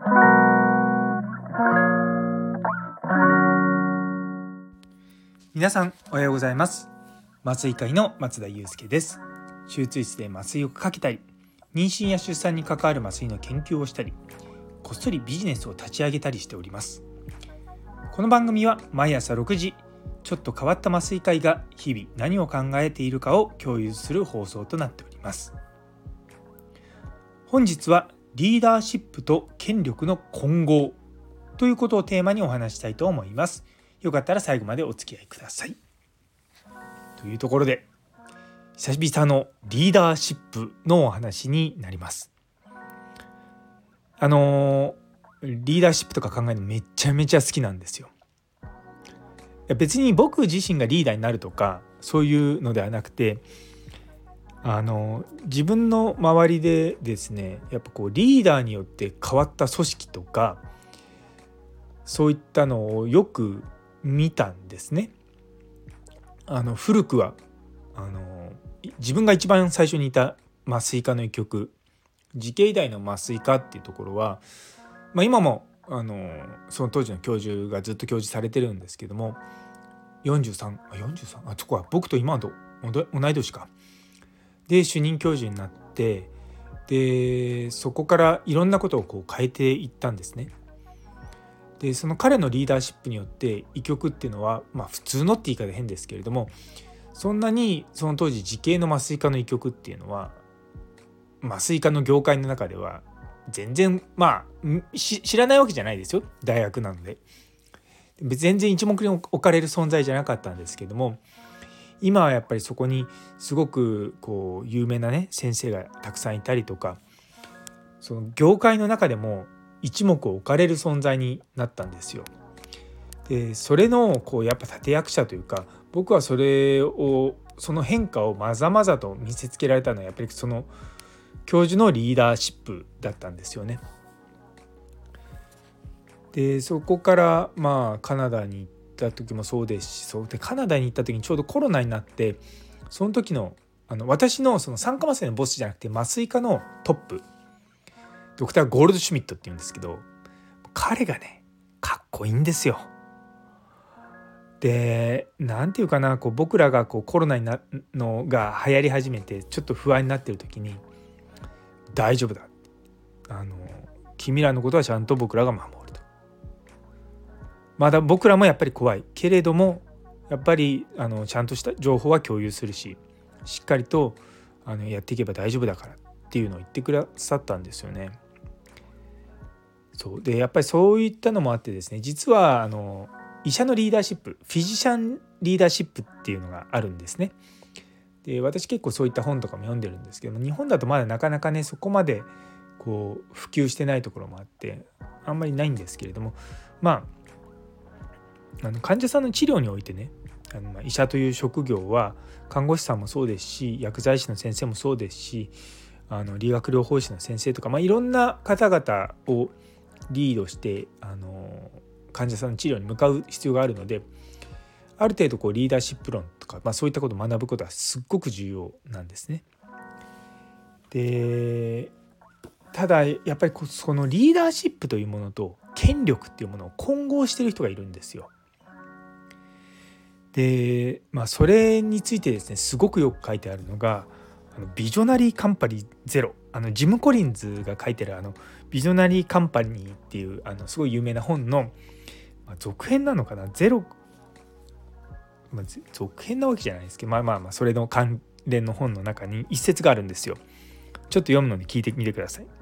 皆さんおはようございます。麻酔科医の松田祐介です。手術室で麻酔をかけたり、妊娠や出産に関わる麻酔の研究をしたり、こっそりビジネスを立ち上げたりしております。この番組は毎朝6時、ちょっと変わった麻酔科医が日々何を考えているかを共有する放送となっております。本日はリーダーシップと権力の混合ということをテーマにお話したいと思います。よかったら最後までお付き合いください。というところで、久々のリーダーシップのお話になります。リーダーシップとか考えるのめちゃめちゃ好きなんですよ。別に僕自身がリーダーになるとかそういうのではなくて、自分の周りでですね、やっぱこうリーダーによって変わった組織とかそういったのをよく見たんですね。古くは自分が一番最初にいた麻酔科の医局、慈恵医大の麻酔科っていうところは、今もその当時の教授がずっと教授されてるんですけども、43そこは僕と今と同い年かで主任教授になって、でそこからいろんなことをこう変えていったんですね。でその彼のリーダーシップによって医局っていうのは、普通のって言い方変ですけれども、そんなにその当時慈恵の麻酔科の医局っていうのは麻酔科の業界の中では全然知らないわけじゃないですよ、大学なので。全然一目に置かれる存在じゃなかったんですけども、今はやっぱりそこにすごくこう有名なね先生がたくさんいたりとか、その業界の中でも一目置かれる存在になったんですよ。でそれのこうやっぱ立役者というか、僕はその変化をまざまざと見せつけられたのはやっぱりその教授のリーダーシップだったんですよね。でそこからカナダに行った時もそうですし、そうでカナダに行った時にちょうどコロナになって、その時の私のその酸化麻酔のボスじゃなくて麻酔科のトップドクター・ゴールドシュミットっていうんですけど、彼がねかっこいいんですよ。でなんていうかな、こう僕らがこうコロナになのが流行り始めてちょっと不安になってる時に、大丈夫だ、君らのことはちゃんと僕らが守ると。まだ僕らもやっぱり怖いけれども、やっぱりちゃんとした情報は共有するし、しっかりとやっていけば大丈夫だからっていうのを言ってくださったんですよね。そうでやっぱりそういったのもあってですね、実は医者のリーダーシップ、フィジシャンリーダーシップっていうのがあるんですね。で私結構そういった本とかも読んでるんですけども、日本だとまだなかなかねそこまでこう普及してないところもあってあんまりないんですけれども、患者さんの治療においてね、医者という職業は看護師さんもそうですし、薬剤師の先生もそうですし、理学療法士の先生とか、いろんな方々をリードして患者さんの治療に向かう必要があるので、ある程度こうリーダーシップ論とか、そういったことを学ぶことはすっごく重要なんですね。でただやっぱりそのリーダーシップというものと権力っていうものを混合している人がいるんですよ。でそれについてですね、すごくよく書いてあるのがビジョナリーカンパニーゼロ、ジム・コリンズが書いてるビジョナリーカンパニーっていうすごい有名な本の、続編なのかな、ゼロ、続編なわけじゃないですけど、それの関連の本の中に一節があるんですよ。ちょっと読むので聞いてみてください。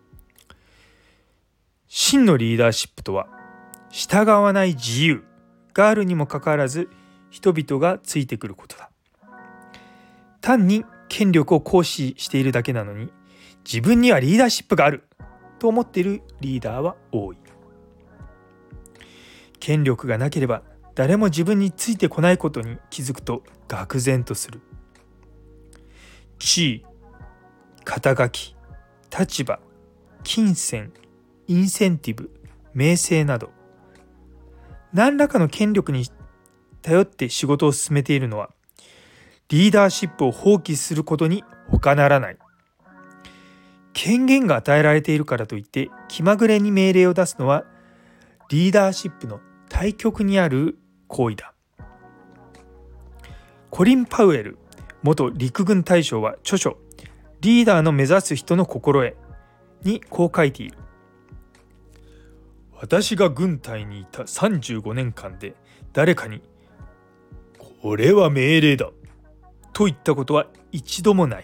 真のリーダーシップとは、従わない自由があるにもかかわらず人々がついてくることだ。単に権力を行使しているだけなのに、自分にはリーダーシップがあると思っているリーダーは多い。権力がなければ誰も自分についてこないことに気づくと愕然とする。地位、肩書き、立場、金銭、インセンティブ、名声など、何らかの権力に頼って仕事を進めているのは、リーダーシップを放棄することに他ならない。 権限が与えられているからといって気まぐれに命令を出すのはリーダーシップの対極にある行為だ。コリン・パウエル元陸軍大将は著書「リーダーの目指す人の心得」にこう書いている。私が軍隊にいた35年間で誰かに「これは命令だ」と言ったことは一度もない。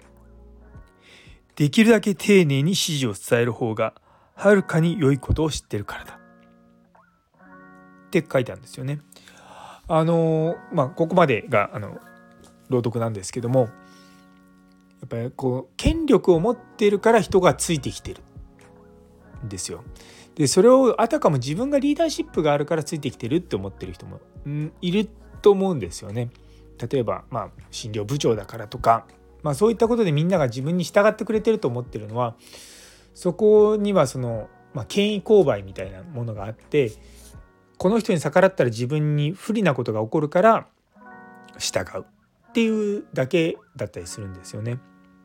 できるだけ丁寧に指示を伝える方がはるかに良いことを知っているからだって書いてあるんですよね。ここまでが朗読なんですけども、やっぱり権力を持っているから人がついてきてるんですよ。でそれをあたかも自分がリーダーシップがあるからついてきてるって思ってる人もいると思うんですよね。例えば診療部長だからとか、そういったことでみんなが自分に従ってくれてると思ってるのは、そこには権威勾配みたいなものがあって、この人に逆らったら自分に不利なことが起こるから従うっていうだけだったりするんですよね。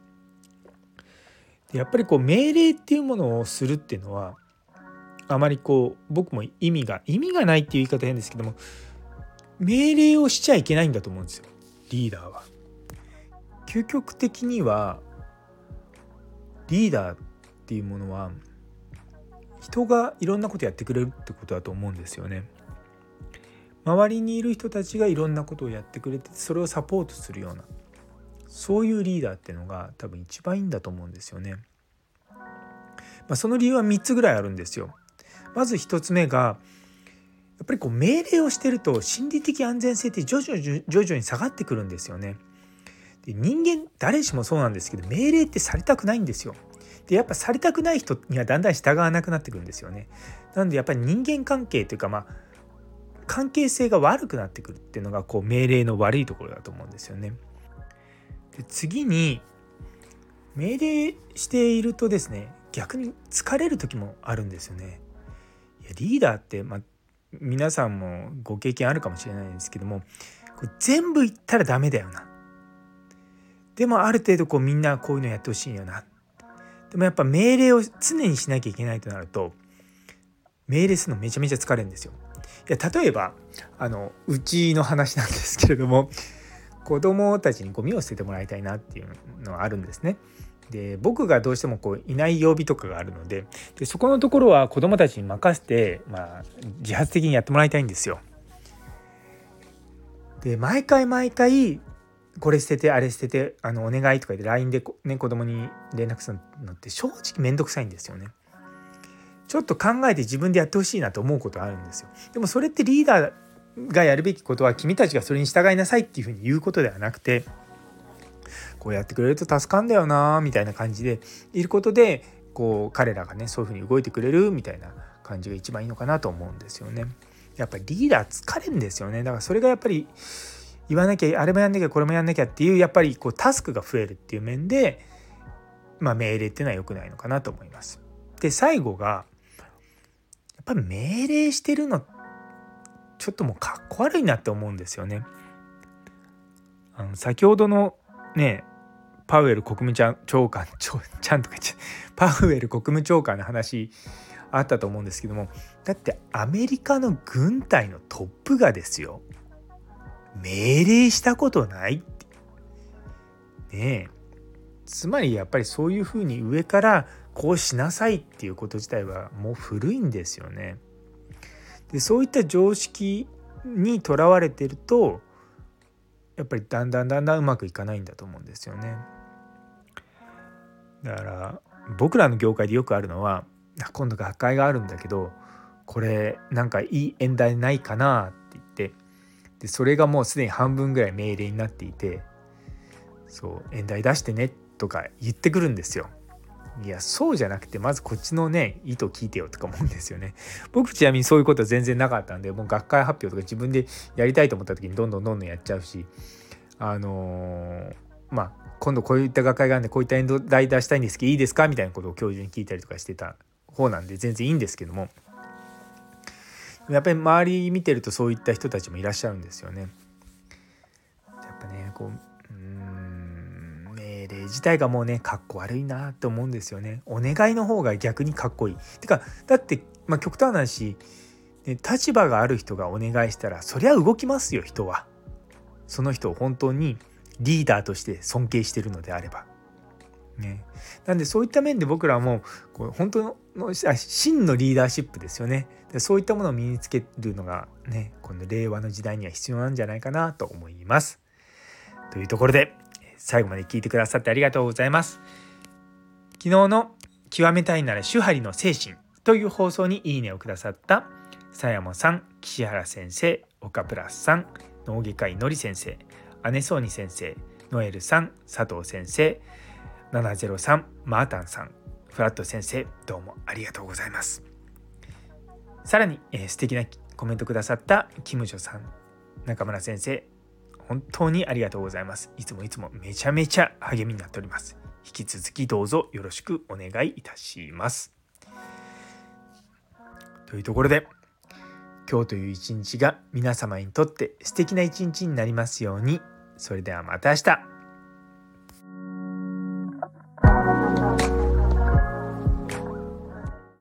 でやっぱり命令っていうものをするっていうのはあまり僕も意味がないっていう言い方変ですけども、命令をしちゃいけないんだと思うんですよ、リーダーは。究極的にはリーダーっていうものは人がいろんなことやってくれるってことだと思うんですよね。周りにいる人たちがいろんなことをやってくれて、それをサポートするような、そういうリーダーっていうのが多分一番いいんだと思うんですよね。その理由は3つぐらいあるんですよ。まず1つ目がやっぱり命令をしてると心理的安全性って徐々に下がってくるんですよね。で人間誰しもそうなんですけど、命令ってされたくないんですよ。でやっぱされたくない人にはだんだん従わなくなってくるんですよね。なのでやっぱり人間関係というか関係性が悪くなってくるっていうのが命令の悪いところだと思うんですよね。で次に命令しているとですね、逆に疲れる時もあるんですよね。いやリーダーって、皆さんもご経験あるかもしれないんですけども、全部言ったらダメだよな。でもある程度みんなこういうのやってほしいよな。でもやっぱ命令を常にしなきゃいけないとなると、命令するのめちゃめちゃ疲れるんですよ。いや例えばうちの話なんですけれども、子供たちにゴミを捨ててもらいたいなっていうのはあるんですね。で僕がどうしてもいない曜日とかがあるので、そこのところは子供たちに任せて、自発的にやってもらいたいんですよ。で毎回これ捨ててあれ捨ててお願いとか言って LINE で子供に連絡するのって正直めんどくさいんですよね。ちょっと考えて自分でやってほしいなと思うことあるんですよ。でもそれってリーダーがやるべきことは、君たちがそれに従いなさいっていうふうに言うことではなくて、こうやってくれると助かんだよなみたいな感じでいることで、彼らがねそういうふうに動いてくれるみたいな感じが一番いいのかなと思うんですよね。やっぱりリーダー疲れるんですよね。だからそれがやっぱり言わなきゃ、あれもやんなきゃこれもやんなきゃっていう、やっぱりタスクが増えるっていう面で、命令っていうのは良くないのかなと思います。で最後がやっぱり命令してるのちょっともうかっこ悪いなって思うんですよね。先ほどのねパウエル国務長官ちゃんとか言ってパウエル国務長官の話あったと思うんですけども、だってアメリカの軍隊のトップがですよ、命令したことないってねえ、つまりやっぱりそういうふうに上からこうしなさいっていうこと自体はもう古いんですよね。でそういった常識にとらわれてるとやっぱりだんだんうまくいかないんだと思うんですよね。だから僕らの業界でよくあるのは、今度学会があるんだけどこれなんかいい演題ないかなって言って、でそれがもうすでに半分ぐらい命令になっていて、そう演題出してねとか言ってくるんですよ。いやそうじゃなくてまずこっちのね意図聞いてよとか思うんですよね。僕ちなみにそういうことは全然なかったんで、もう学会発表とか自分でやりたいと思った時にどんどんやっちゃうし、今度こういった学会があるんでこういった演題出したいんですけどいいですかみたいなことを教授に聞いたりとかしてた方なんで全然いいんですけども、やっぱり周り見てるとそういった人たちもいらっしゃるんですよね。やっぱね命礼自体がもうねかっこ悪いなと思うんですよね。お願いの方が逆にかっこいい。てかだって、極端な話、ね、立場がある人がお願いしたらそりゃ動きますよ。人はその人を本当にリーダーとして尊敬してるのであればね。なんでそういった面で僕らはもうこう本当の真のリーダーシップですよね。でそういったものを身につけるのがねこの令和の時代には必要なんじゃないかなと思います。というところで最後まで聞いてくださってありがとうございます。昨日の極めたいなら手張りの精神という放送にいいねをくださったさやもさん、岸原先生、岡プラスさん、脳外科医のり先生、姉そうに先生、ノエルさん、佐藤先生、703マータンさん、フラット先生、どうもありがとうございます。さらに、素敵なコメントくださったキムジョさん、中村先生、本当にありがとうございます。いつもめちゃめちゃ励みになっております。引き続きどうぞよろしくお願いいたします。というところで今日という一日が皆様にとって素敵な一日になりますように。それではまた明日。